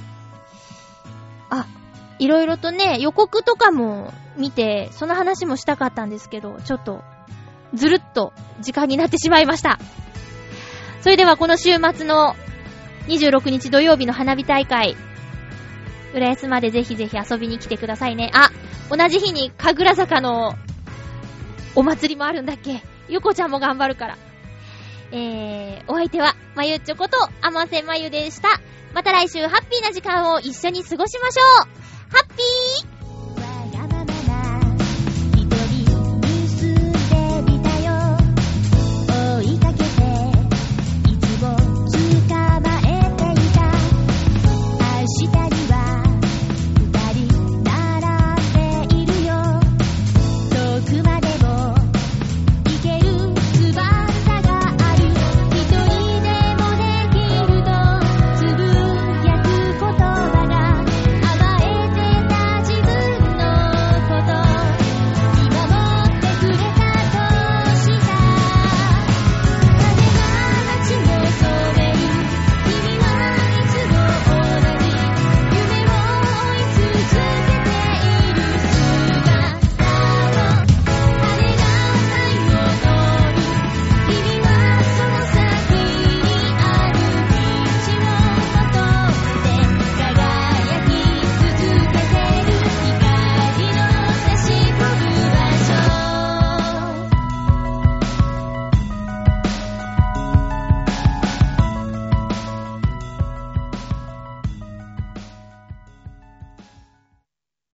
あ、いろいろとね、予告とかも見て、その話もしたかったんですけど、ちょっと、ずるっと時間になってしまいました。それではこの週末のにじゅうろくにち土曜日の花火大会、浦安までぜひぜひ遊びに来てくださいね。あ、同じ日に神楽坂のお祭りもあるんだっけ。ゆこちゃんも頑張るから。えー、お相手は、まゆっちょこと、あませまゆでした。また来週ハッピーな時間を一緒に過ごしましょう。ハッピー